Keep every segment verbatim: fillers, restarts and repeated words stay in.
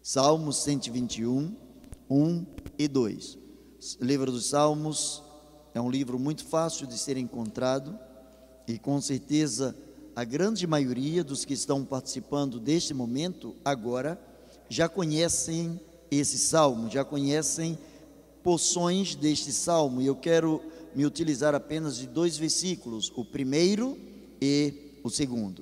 Salmos cento e vinte e um, um e dois. O livro dos Salmos é um livro muito fácil de ser encontrado e com certeza a grande maioria dos que estão participando deste momento agora já conhecem esse salmo, já conhecem porções deste salmo, e eu quero me utilizar apenas de dois versículos, o primeiro e o segundo.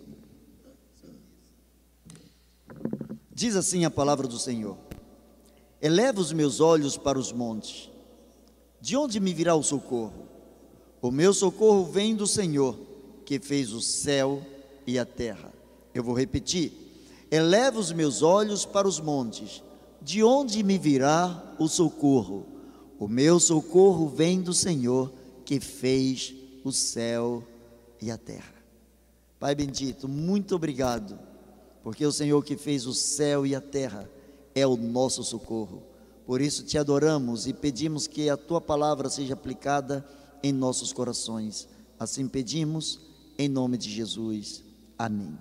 Diz assim a palavra do Senhor: eleva os meus olhos para os montes, de onde me virá o socorro? O meu socorro vem do Senhor, que fez o céu e a terra. Eu vou repetir: eleva os meus olhos para os montes, de onde me virá o socorro? O meu socorro vem do Senhor, que fez o céu e a terra. Pai bendito, muito obrigado, porque o Senhor que fez o céu e a terra é o nosso socorro. Por isso te adoramos e pedimos que a tua palavra seja aplicada em nossos corações. Assim pedimos, em nome de Jesus. Amém.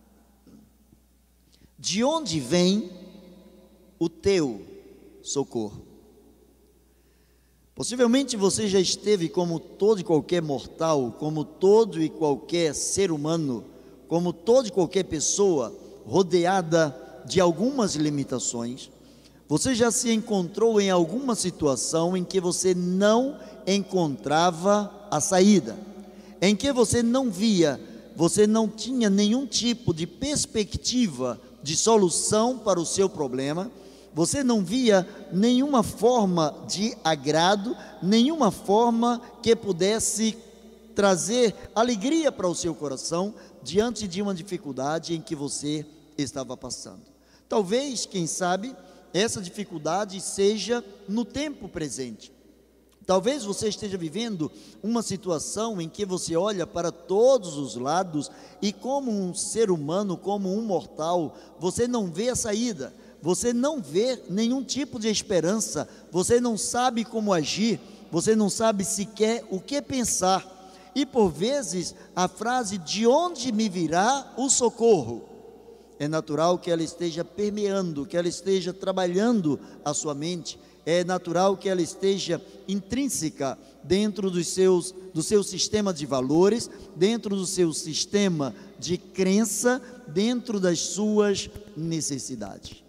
De onde vem o teu socorro? Possivelmente você já esteve, como todo e qualquer mortal, como todo e qualquer ser humano, como toda e qualquer pessoa, rodeada de algumas limitações. Você já se encontrou em alguma situação em que você não encontrava a saída, em que você não via, você não tinha nenhum tipo de perspectiva de solução para o seu problema, você não via nenhuma forma de agrado, nenhuma forma que pudesse trazer alegria para o seu coração diante de uma dificuldade em que você estava passando. Talvez, quem sabe, essa dificuldade seja no tempo presente. Talvez você esteja vivendo uma situação em que você olha para todos os lados e, como um ser humano, como um mortal, você não vê a saída, você não vê nenhum tipo de esperança, você não sabe como agir, você não sabe sequer o que pensar. E por vezes a frase "de onde me virá o socorro?" é natural que ela esteja permeando, que ela esteja trabalhando a sua mente, é natural que ela esteja intrínseca dentro dos seus, do seu sistema de valores, dentro do seu sistema de crença, dentro das suas necessidades.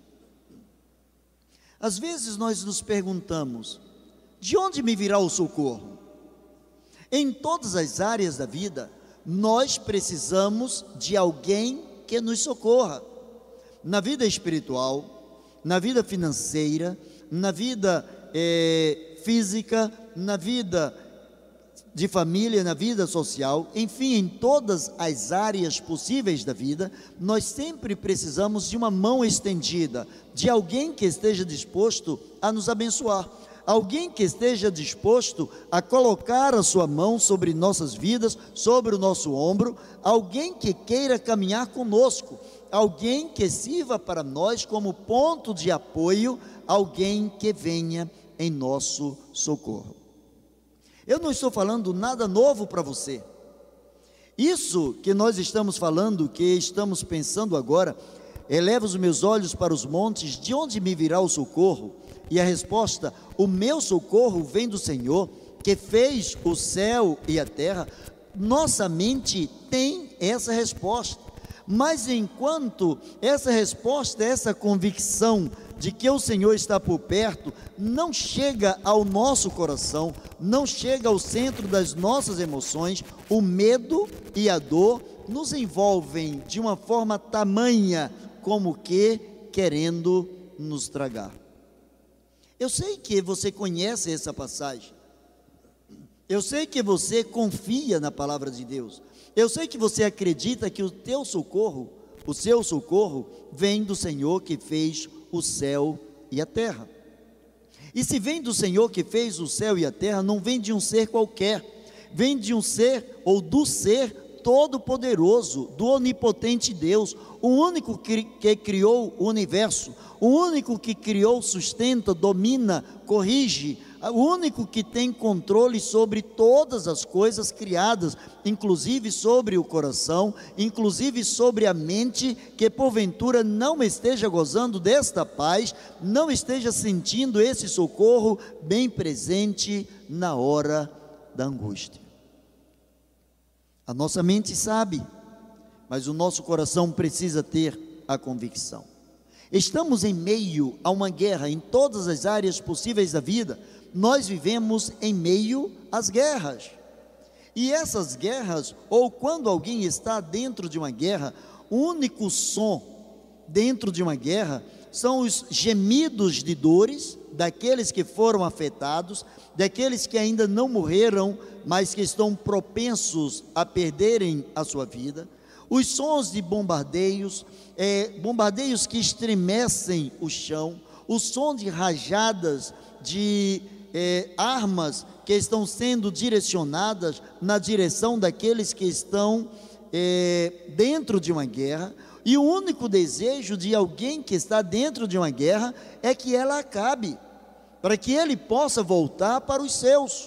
Às vezes nós nos perguntamos: de onde me virá o socorro? Em todas as áreas da vida, nós precisamos de alguém que nos socorra. Na vida espiritual, na vida financeira, na vida é, física, na vida de família, na vida social, enfim, em todas as áreas possíveis da vida, nós sempre precisamos de uma mão estendida, de alguém que esteja disposto a nos abençoar, alguém que esteja disposto a colocar a sua mão sobre nossas vidas, sobre o nosso ombro, alguém que queira caminhar conosco, alguém que sirva para nós como ponto de apoio, alguém que venha em nosso socorro. Eu não estou falando nada novo para você. Isso que nós estamos falando, que estamos pensando agora, eleva os meus olhos para os montes, de onde me virá o socorro? E a resposta: o meu socorro vem do Senhor, que fez o céu e a terra. Nossa mente tem essa resposta, mas enquanto essa resposta, essa convicção de que o Senhor está por perto, não chega ao nosso coração, não chega ao centro das nossas emoções, o medo e a dor nos envolvem de uma forma tamanha, como que querendo nos tragar. Eu sei que você conhece essa passagem, eu sei que você confia na palavra de Deus, eu sei que você acredita que o teu socorro, o seu socorro, vem do Senhor que fez o céu e a terra. E se vem do Senhor que fez o céu e a terra, não vem de um ser qualquer, vem de um ser, ou do ser todo-poderoso, do onipotente Deus, o único que, que criou o universo, o único que criou, sustenta, domina, corrige o único que tem controle sobre todas as coisas criadas, inclusive sobre o coração, inclusive sobre a mente, que porventura não esteja gozando desta paz, não esteja sentindo esse socorro bem presente na hora da angústia. A nossa mente sabe, mas o nosso coração precisa ter a convicção. Estamos em meio a uma guerra em todas as áreas possíveis da vida. Nós vivemos em meio às guerras. E essas guerras, ou quando alguém está dentro de uma guerra, o único som dentro de uma guerra são os gemidos de dores daqueles que foram afetados, daqueles que ainda não morreram, mas que estão propensos a perderem a sua vida. Os sons de bombardeios, é, bombardeios que estremecem o chão, o som de rajadas de é, armas que estão sendo direcionadas na direção daqueles que estão é, dentro de uma guerra, e o único desejo de alguém que está dentro de uma guerra é que ela acabe, para que ele possa voltar para os seus.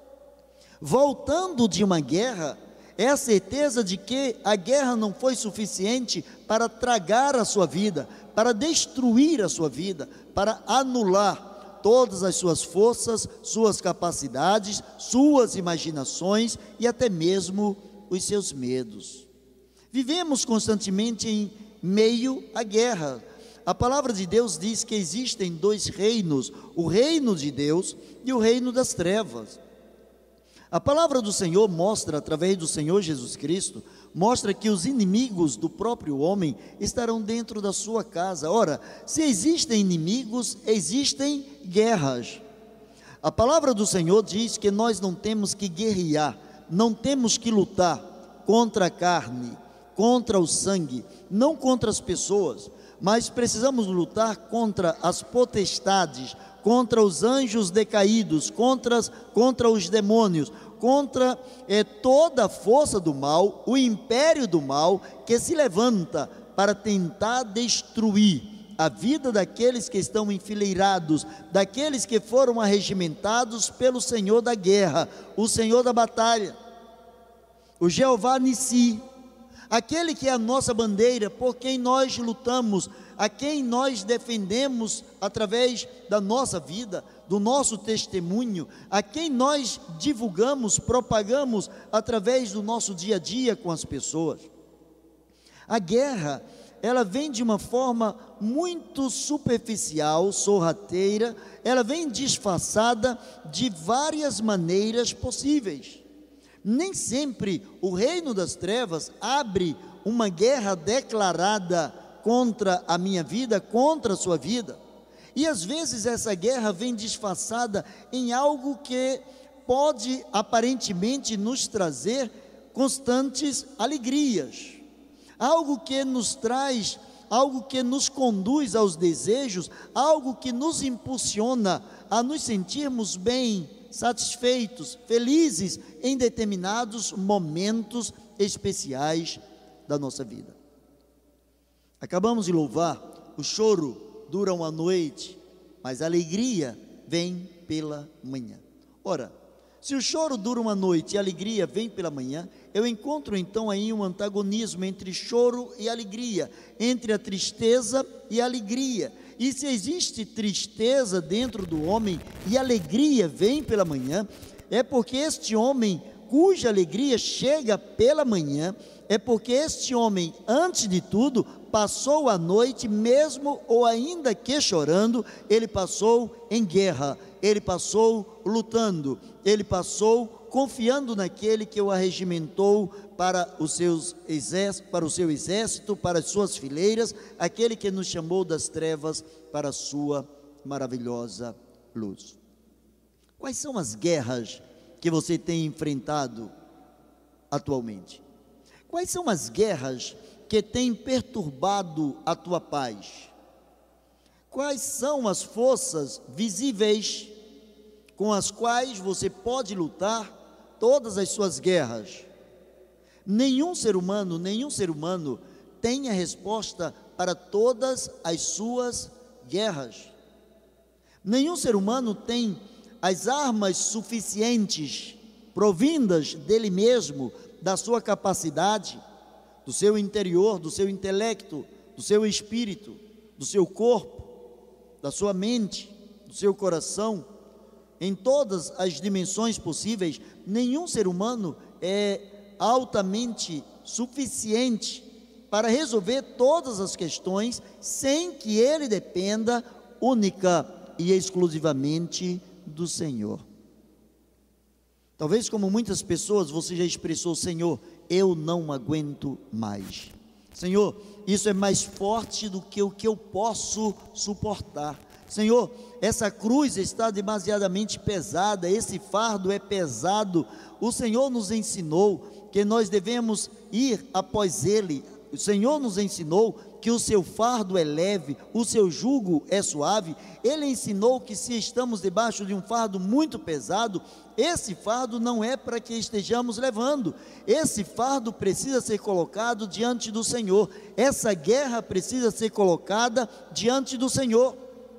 Voltando de uma guerra, é a certeza de que a guerra não foi suficiente para tragar a sua vida, para destruir a sua vida, para anular todas as suas forças, suas capacidades, suas imaginações e até mesmo os seus medos. Vivemos constantemente em meio à guerra. A palavra de Deus diz que existem dois reinos, o reino de Deus e o reino das trevas. A palavra do Senhor mostra, através do Senhor Jesus Cristo, mostra que os inimigos do próprio homem estarão dentro da sua casa. Ora, se existem inimigos, existem guerras. A palavra do Senhor diz que nós não temos que guerrear, não temos que lutar contra a carne, contra o sangue, não contra as pessoas, mas precisamos lutar contra as potestades, contra os anjos decaídos, contra, contra os demônios, contra é, toda a força do mal, o império do mal, que se levanta para tentar destruir a vida daqueles que estão enfileirados, daqueles que foram arregimentados pelo Senhor da guerra, o Senhor da batalha, o Jeová Nissi, aquele que é a nossa bandeira, por quem nós lutamos, a quem nós defendemos através da nossa vida, do nosso testemunho, a quem nós divulgamos, propagamos através do nosso dia a dia com as pessoas. A guerra, ela vem de uma forma muito superficial, sorrateira, ela vem disfarçada de várias maneiras possíveis. Nem sempre o reino das trevas abre uma guerra declarada contra a minha vida, contra a sua vida, e às vezes essa guerra vem disfarçada em algo que pode aparentemente nos trazer constantes alegrias, algo que nos traz, algo que nos conduz aos desejos, algo que nos impulsiona a nos sentirmos bem, satisfeitos, felizes em determinados momentos especiais da nossa vida. Acabamos de louvar, o choro dura uma noite, mas a alegria vem pela manhã. Ora, se o choro dura uma noite e a alegria vem pela manhã, eu encontro então aí um antagonismo entre choro e alegria, entre a tristeza e a alegria. E se existe tristeza dentro do homem e alegria vem pela manhã, é porque este homem cuja alegria chega pela manhã, é porque este homem, antes de tudo, passou a noite, mesmo ou ainda que chorando, ele passou em guerra, ele passou lutando, ele passou confiando naquele que o arregimentou para os seus exércitos, para o seu exército, para as suas fileiras, aquele que nos chamou das trevas para a sua maravilhosa luz. Quais são as guerras que você tem enfrentado atualmente? Quais são as guerras que têm perturbado a tua paz? Quais são as forças visíveis com as quais você pode lutar todas as suas guerras? Nenhum ser humano, nenhum ser humano tem a resposta para todas as suas guerras. Nenhum ser humano tem as armas suficientes, provindas dele mesmo, da sua capacidade, do seu interior, do seu intelecto, do seu espírito, do seu corpo, da sua mente, do seu coração, em todas as dimensões possíveis. Nenhum ser humano é altamente suficiente para resolver todas as questões sem que ele dependa única e exclusivamente do Senhor. Talvez, como muitas pessoas, você já expressou: Senhor, eu não aguento mais. Senhor, isso é mais forte do que o que eu posso suportar. Senhor, essa cruz está demasiadamente pesada, esse fardo é pesado. O Senhor nos ensinou que nós devemos ir após Ele. O Senhor nos ensinou que o seu fardo é leve, o seu jugo é suave. Ele ensinou que se estamos debaixo de um fardo muito pesado, esse fardo não é para que estejamos levando. Esse fardo precisa ser colocado diante do Senhor. Essa guerra precisa ser colocada diante do Senhor.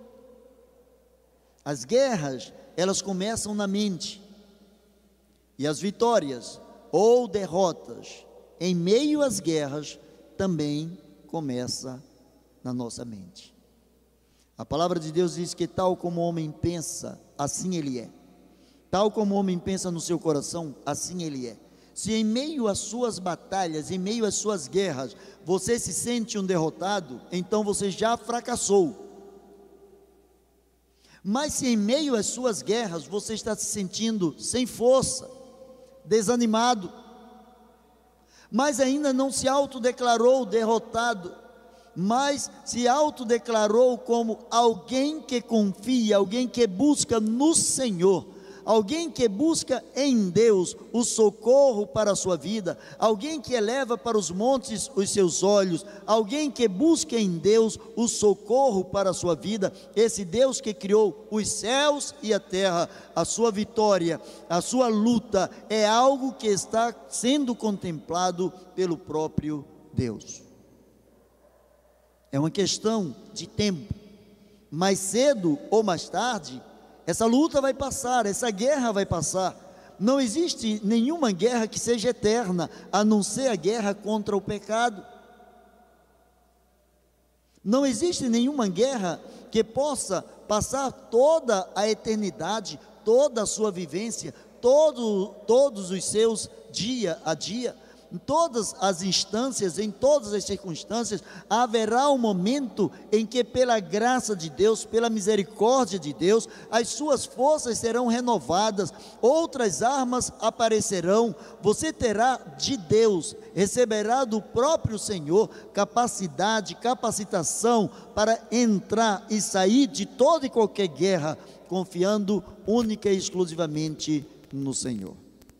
As guerras, elas começam na mente, e as vitórias ou derrotas em meio às guerras também começa na nossa mente. A palavra de Deus diz que tal como o homem pensa, assim ele é. Tal como o homem pensa no seu coração, assim ele é. Se em meio às suas batalhas, em meio às suas guerras, você se sente um derrotado, então você já fracassou. Mas se em meio às suas guerras você está se sentindo sem força, desanimado, mas ainda não se autodeclarou derrotado, mas se autodeclarou como alguém que confia, alguém que busca no Senhor, alguém que busca em Deus o socorro para a sua vida, alguém que eleva para os montes os seus olhos, alguém que busca em Deus o socorro para a sua vida, esse Deus que criou os céus e a terra. A sua vitória, a sua luta é algo que está sendo contemplado pelo próprio Deus. É uma questão de tempo, mais cedo ou mais tarde, essa luta vai passar, essa guerra vai passar. Não existe nenhuma guerra que seja eterna, a não ser a guerra contra o pecado. Não existe nenhuma guerra que possa passar toda a eternidade, toda a sua vivência, todo, todos os seus dia a dia. Em todas as instâncias, em todas as circunstâncias, haverá um momento em que, pela graça de Deus, pela misericórdia de Deus, as suas forças serão renovadas, outras armas aparecerão. Você terá de Deus, receberá do próprio Senhor capacidade, capacitação para entrar e sair de toda e qualquer guerra, confiando única e exclusivamente no Senhor.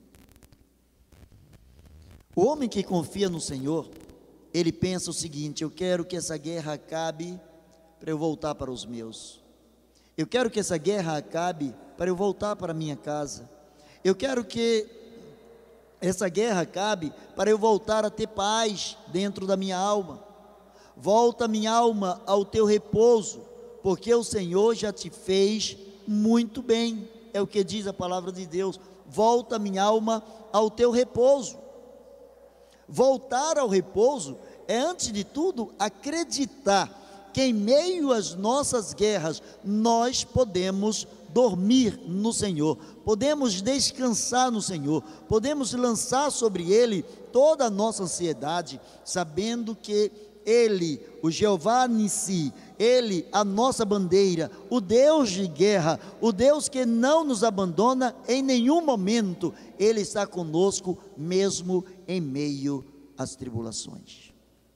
O homem que confia no Senhor, ele pensa o seguinte: eu quero que essa guerra acabe para eu voltar para os meus. Eu quero que essa guerra acabe para eu voltar para a minha casa. Eu quero que essa guerra acabe para eu voltar a ter paz dentro da minha alma. Volta minha alma ao teu repouso, porque o Senhor já te fez muito bem. É o que diz a palavra de Deus. Volta minha alma ao teu repouso. Voltar ao repouso é, antes de tudo, acreditar que em meio às nossas guerras, nós podemos dormir no Senhor, podemos descansar no Senhor, podemos lançar sobre Ele toda a nossa ansiedade, sabendo que Ele, o Jeová Nissi, Ele, a nossa bandeira, o Deus de guerra, o Deus que não nos abandona em nenhum momento, Ele está conosco mesmo em meio às tribulações.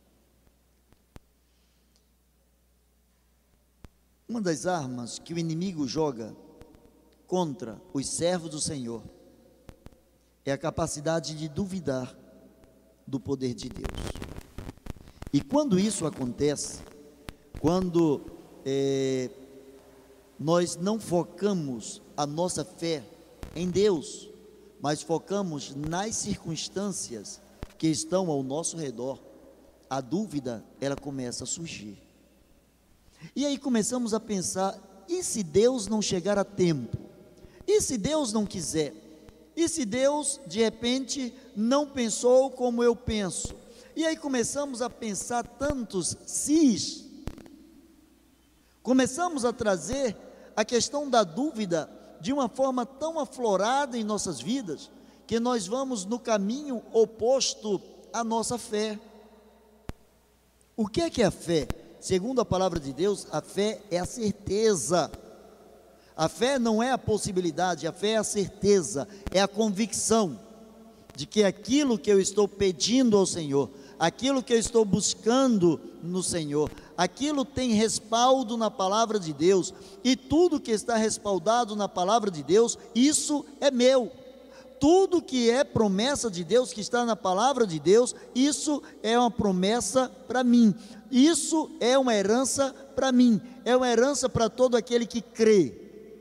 Uma das armas que o inimigo joga contra os servos do Senhor é a capacidade de duvidar do poder de Deus. E quando isso acontece, quando é, nós não focamos a nossa fé em Deus, mas focamos nas circunstâncias que estão ao nosso redor, a dúvida, ela começa a surgir. E aí começamos a pensar: e se Deus não chegar a tempo? E se Deus não quiser? E se Deus, de repente, não pensou como eu penso? E aí começamos a pensar tantos sis, começamos a trazer a questão da dúvida de uma forma tão aflorada em nossas vidas, que nós vamos no caminho oposto à nossa fé. O que é que é a fé? Segundo a palavra de Deus, a fé é a certeza. A fé não é a possibilidade, a fé é a certeza, é a convicção de que aquilo que eu estou pedindo ao Senhor, aquilo que eu estou buscando no Senhor, aquilo tem respaldo na palavra de Deus, e tudo que está respaldado na palavra de Deus, isso é meu. Tudo que é promessa de Deus, que está na palavra de Deus, isso é uma promessa para mim, isso é uma herança para mim, é uma herança para todo aquele que crê.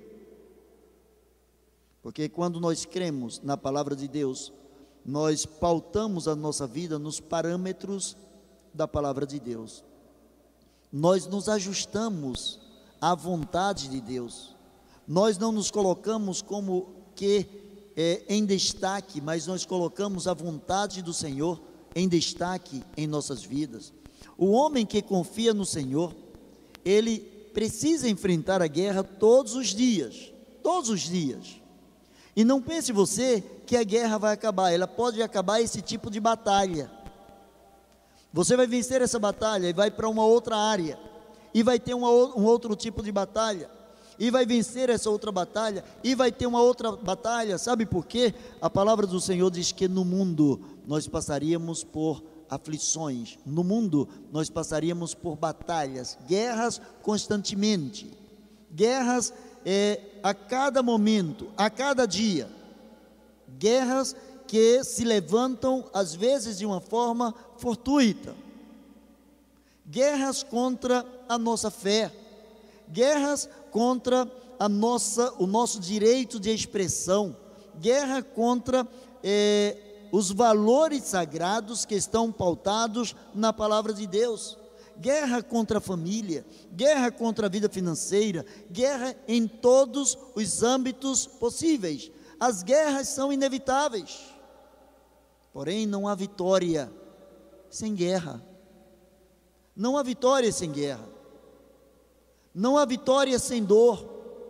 Porque quando nós cremos na palavra de Deus, nós pautamos a nossa vida nos parâmetros da palavra de Deus. Nós nos ajustamos à vontade de Deus. Nós não nos colocamos como que é, em destaque, mas nós colocamos a vontade do Senhor em destaque em nossas vidas. O homem que confia no Senhor, ele precisa enfrentar a guerra todos os dias, todos os dias. E não pense você que a guerra vai acabar, ela pode acabar esse tipo de batalha. Você vai vencer essa batalha e vai para uma outra área, e vai ter uma, um outro tipo de batalha, e vai vencer essa outra batalha, e vai ter uma outra batalha. Sabe por quê? A palavra do Senhor diz que no mundo nós passaríamos por aflições, no mundo nós passaríamos por batalhas, guerras constantemente, guerras é, a cada momento, a cada dia, guerras que se levantam às vezes de uma forma fortuita, guerras contra a nossa fé, guerras contra a nossa, o nosso direito de expressão, guerra contra é, os valores sagrados que estão pautados na palavra de Deus, guerra contra a família, guerra contra a vida financeira, guerra em todos os âmbitos possíveis. As guerras são inevitáveis, porém não há vitória sem guerra, não há vitória sem guerra, não há vitória sem dor.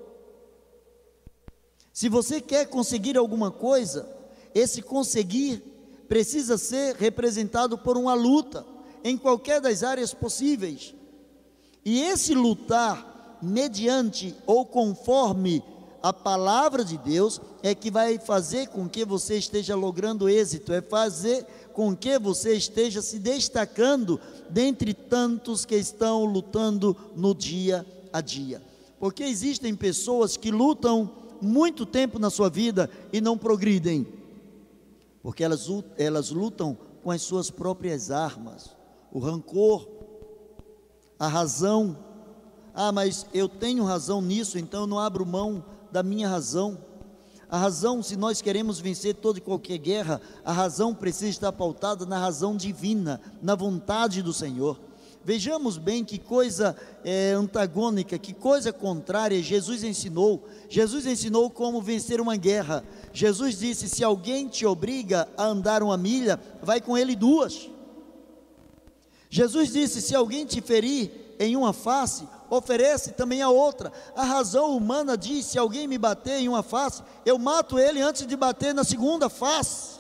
Se você quer conseguir alguma coisa, esse conseguir precisa ser representado por uma luta, em qualquer das áreas possíveis, e esse lutar mediante ou conforme a palavra de Deus, é que vai fazer com que você esteja logrando êxito, é fazer com que você esteja se destacando dentre tantos que estão lutando no dia a dia, porque existem pessoas que lutam muito tempo na sua vida e não progridem, porque elas, elas lutam com as suas próprias armas, o rancor, a razão. Ah, mas eu tenho razão nisso, então eu não abro mão da minha razão. A razão, se nós queremos vencer toda e qualquer guerra, a razão precisa estar pautada na razão divina, na vontade do Senhor. Vejamos bem que coisa é, antagônica, que coisa contrária Jesus ensinou. Jesus ensinou como vencer uma guerra. Jesus disse: se alguém te obriga a andar uma milha, vai com ele duas. Jesus disse: se alguém te ferir em uma face, oferece também a outra. A razão humana diz: se alguém me bater em uma face, eu mato ele antes de bater na segunda face.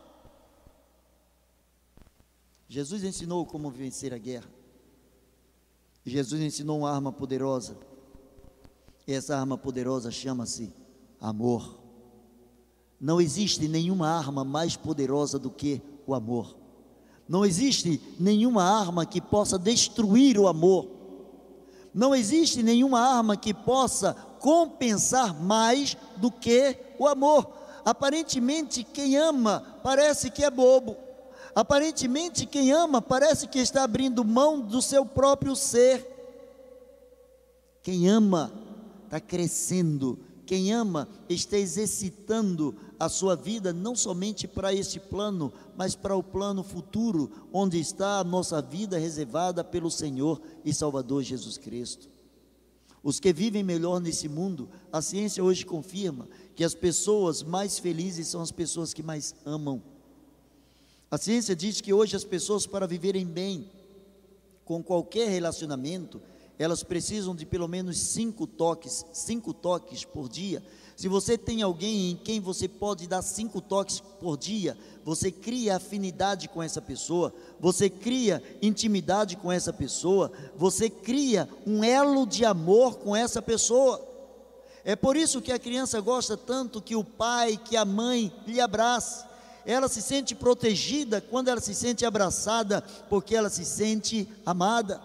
Jesus ensinou como vencer a guerra. Jesus ensinou uma arma poderosa, e essa arma poderosa chama-se amor. Não existe nenhuma arma mais poderosa do que o amor. Não existe nenhuma arma que possa destruir o amor. Não existe nenhuma arma que possa compensar mais do que o amor. Aparentemente, quem ama parece que é bobo. Aparentemente, quem ama parece que está abrindo mão do seu próprio ser. Quem ama está crescendo. Quem ama está exercitando a sua vida não somente para este plano, mas para o plano futuro, onde está a nossa vida reservada pelo Senhor e Salvador Jesus Cristo. Os que vivem melhor nesse mundo, a ciência hoje confirma que as pessoas mais felizes são as pessoas que mais amam. A ciência diz que hoje as pessoas, para viverem bem com qualquer relacionamento, elas precisam de pelo menos cinco toques, cinco toques por dia. Se você tem alguém em quem você pode dar cinco toques por dia, você cria afinidade com essa pessoa, você cria intimidade com essa pessoa, você cria um elo de amor com essa pessoa. É por isso que a criança gosta tanto que o pai, que a mãe lhe abrace. Ela se sente protegida quando ela se sente abraçada, porque ela se sente amada.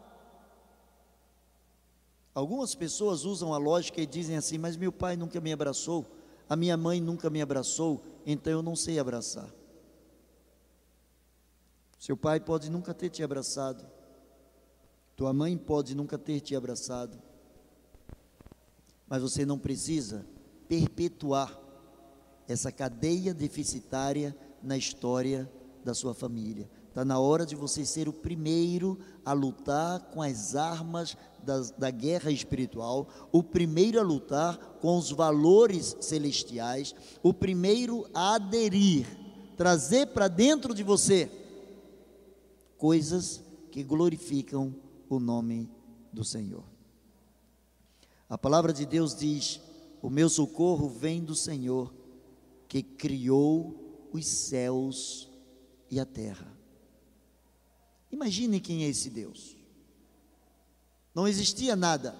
Algumas pessoas usam a lógica e dizem assim: mas meu pai nunca me abraçou, a minha mãe nunca me abraçou, então eu não sei abraçar. Seu pai pode nunca ter te abraçado, tua mãe pode nunca ter te abraçado, mas você não precisa perpetuar essa cadeia deficitária na história da sua família. Está na hora de você ser o primeiro a lutar com as armas da, da guerra espiritual, o primeiro a lutar com os valores celestiais, o primeiro a aderir, trazer para dentro de você coisas que glorificam o nome do Senhor. A palavra de Deus diz: o meu socorro vem do Senhor, que criou os céus e a terra. Imagine quem é esse Deus. Não existia nada,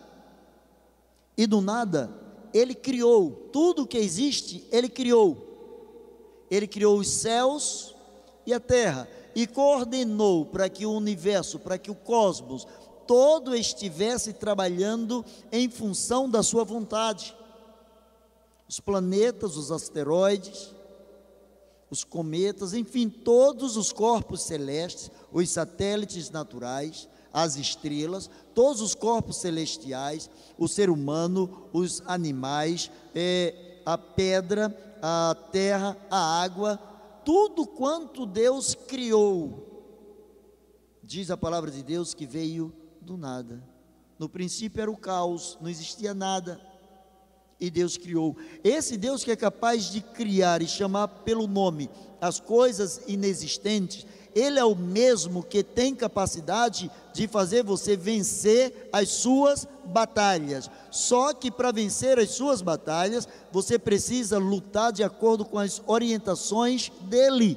e do nada Ele criou tudo que existe. Ele criou, Ele criou os céus e a terra, e coordenou para que o universo, para que o cosmos todo estivesse trabalhando em função da sua vontade. Os planetas, os asteroides, os cometas, enfim, todos os corpos celestes, os satélites naturais, as estrelas, todos os corpos celestiais, o ser humano, os animais, é, a pedra, a terra, a água, tudo quanto Deus criou, diz a palavra de Deus que veio do nada. No princípio era o caos, não existia nada, e Deus criou. Esse Deus que é capaz de criar e chamar pelo nome as coisas inexistentes, Ele é o mesmo que tem capacidade de fazer você vencer as suas batalhas. Só que para vencer as suas batalhas, você precisa lutar de acordo com as orientações dEle.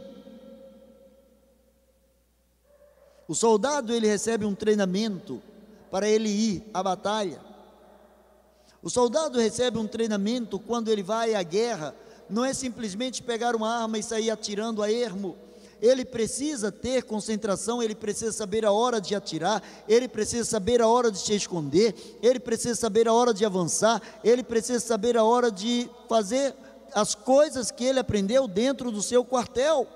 O soldado, ele recebe um treinamento para ele ir à batalha. O soldado recebe um treinamento quando ele vai à guerra. Não é simplesmente pegar uma arma e sair atirando a ermo. Ele precisa ter concentração, ele precisa saber a hora de atirar, ele precisa saber a hora de se esconder, ele precisa saber a hora de avançar, ele precisa saber a hora de fazer as coisas que ele aprendeu dentro do seu quartel.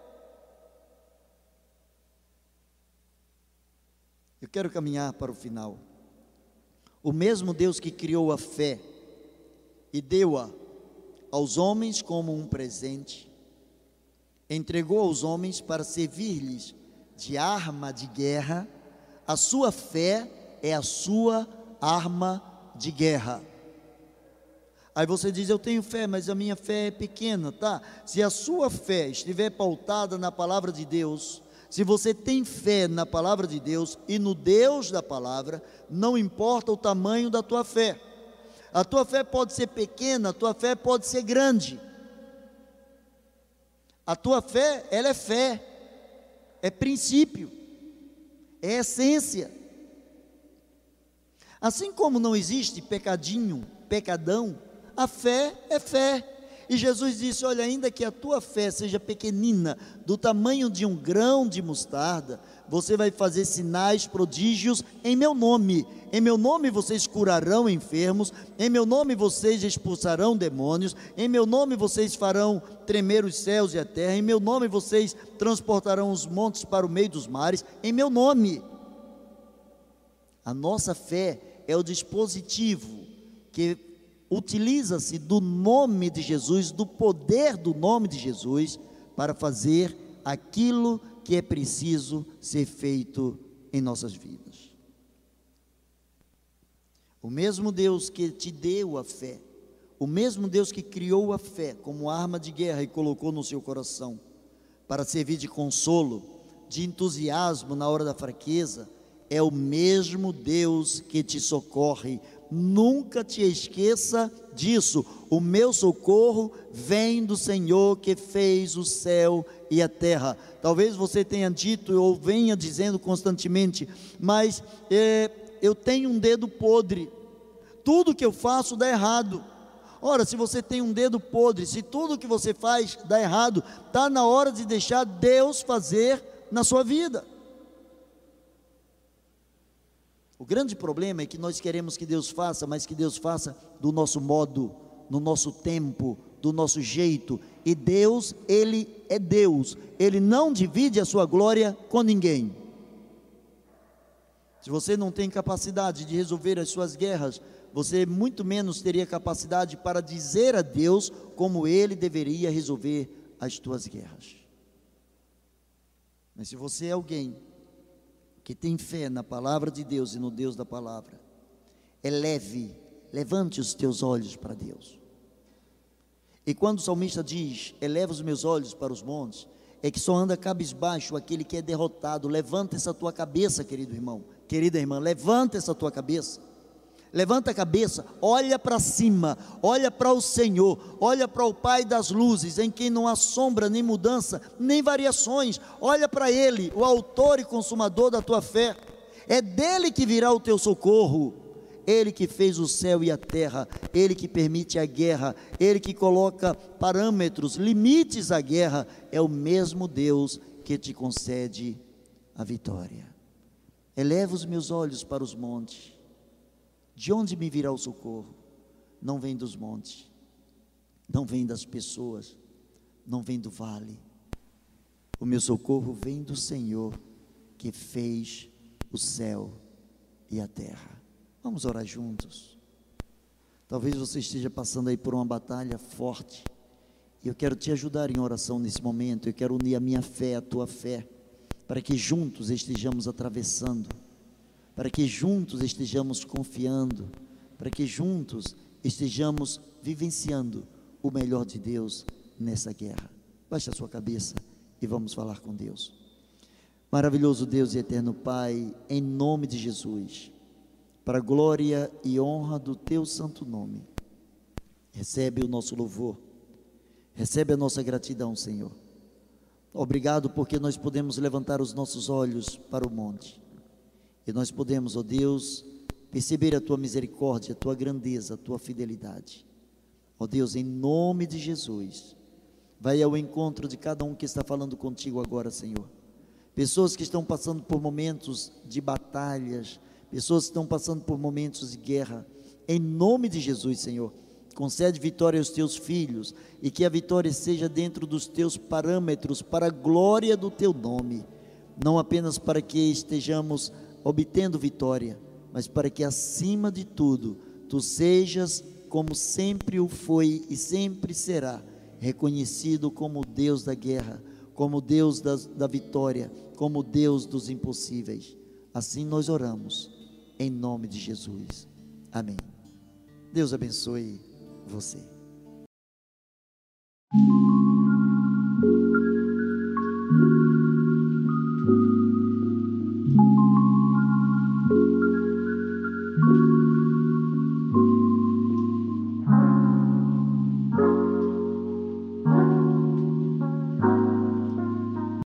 Eu quero caminhar para o final. O mesmo Deus que criou a fé e deu-a aos homens como um presente, entregou aos homens para servir-lhes de arma de guerra. A sua fé é a sua arma de guerra. Aí você diz: eu tenho fé, mas a minha fé é pequena, tá? Se a sua fé estiver pautada na palavra de Deus, se você tem fé na palavra de Deus e no Deus da palavra, não importa o tamanho da tua fé. A tua fé pode ser pequena, a tua fé pode ser grande. A tua fé, ela é fé, é princípio, é essência. Assim como não existe pecadinho, pecadão, a fé é fé. E Jesus disse: olha, ainda que a tua fé seja pequenina, do tamanho de um grão de mostarda, você vai fazer sinais, prodígios em meu nome. Em meu nome vocês curarão enfermos, em meu nome vocês expulsarão demônios, em meu nome vocês farão tremer os céus e a terra, em meu nome vocês transportarão os montes para o meio dos mares, em meu nome. A nossa fé é o dispositivo que utiliza-se do nome de Jesus, do poder do nome de Jesus, para fazer aquilo que é preciso ser feito em nossas vidas. O mesmo Deus que te deu a fé, o mesmo Deus que criou a fé como arma de guerra e colocou no seu coração, para servir de consolo, de entusiasmo na hora da fraqueza, é o mesmo Deus que te socorre. Nunca te esqueça disso. O meu socorro vem do Senhor que fez o céu e a terra. Talvez você tenha dito ou venha dizendo constantemente, mas é, eu tenho um dedo podre, tudo que eu faço dá errado. Ora, se você tem um dedo podre, se tudo que você faz dá errado, está na hora de deixar Deus fazer na sua vida. O grande problema é que nós queremos que Deus faça, mas que Deus faça do nosso modo, no nosso tempo, do nosso jeito. E Deus, Ele é Deus, Ele não divide a sua glória com ninguém. Se você não tem capacidade de resolver as suas guerras, você muito menos teria capacidade para dizer a Deus como Ele deveria resolver as tuas guerras. Mas se você é alguém que tem fé na palavra de Deus e no Deus da palavra, eleve, levante os teus olhos para Deus. E quando o salmista diz, eleva os meus olhos para os montes, é que só anda cabisbaixo aquele que é derrotado. Levanta essa tua cabeça, querido irmão, querida irmã, levanta essa tua cabeça. Levanta a cabeça, olha para cima, olha para o Senhor, olha para o Pai das luzes, em quem não há sombra, nem mudança, nem variações. Olha para Ele, o autor e consumador da tua fé. É dele que virá o teu socorro. Ele que fez o céu e a terra, Ele que permite a guerra, Ele que coloca parâmetros, limites à guerra. É o mesmo Deus que te concede a vitória. Eleva os meus olhos para os montes. De onde me virá o socorro? Não vem dos montes, não vem das pessoas, não vem do vale. O meu socorro vem do Senhor que fez o céu e a terra. Vamos orar juntos. Talvez você esteja passando aí por uma batalha forte, e eu quero te ajudar em oração nesse momento. Eu quero unir a minha fé à tua fé, para que juntos estejamos atravessando, para que juntos estejamos confiando, para que juntos estejamos vivenciando o melhor de Deus nessa guerra. Baixe a sua cabeça e vamos falar com Deus. Maravilhoso Deus e eterno Pai, em nome de Jesus, para a glória e honra do teu santo nome, recebe o nosso louvor, recebe a nossa gratidão, Senhor. Obrigado porque nós podemos levantar os nossos olhos para o monte, e nós podemos, ó Deus, perceber a tua misericórdia, a tua grandeza, a tua fidelidade. Ó Deus, em nome de Jesus, vai ao encontro de cada um que está falando contigo agora, Senhor. Pessoas que estão passando por momentos de batalhas, pessoas que estão passando por momentos de guerra. Em nome de Jesus, Senhor, concede vitória aos teus filhos, e que a vitória seja dentro dos teus parâmetros, para a glória do teu nome, não apenas para que estejamos obtendo vitória, mas para que acima de tudo, tu sejas, como sempre o foi e sempre será, reconhecido como Deus da guerra, como Deus da, da vitória, como Deus dos impossíveis. Assim nós oramos, em nome de Jesus, amém. Deus abençoe você.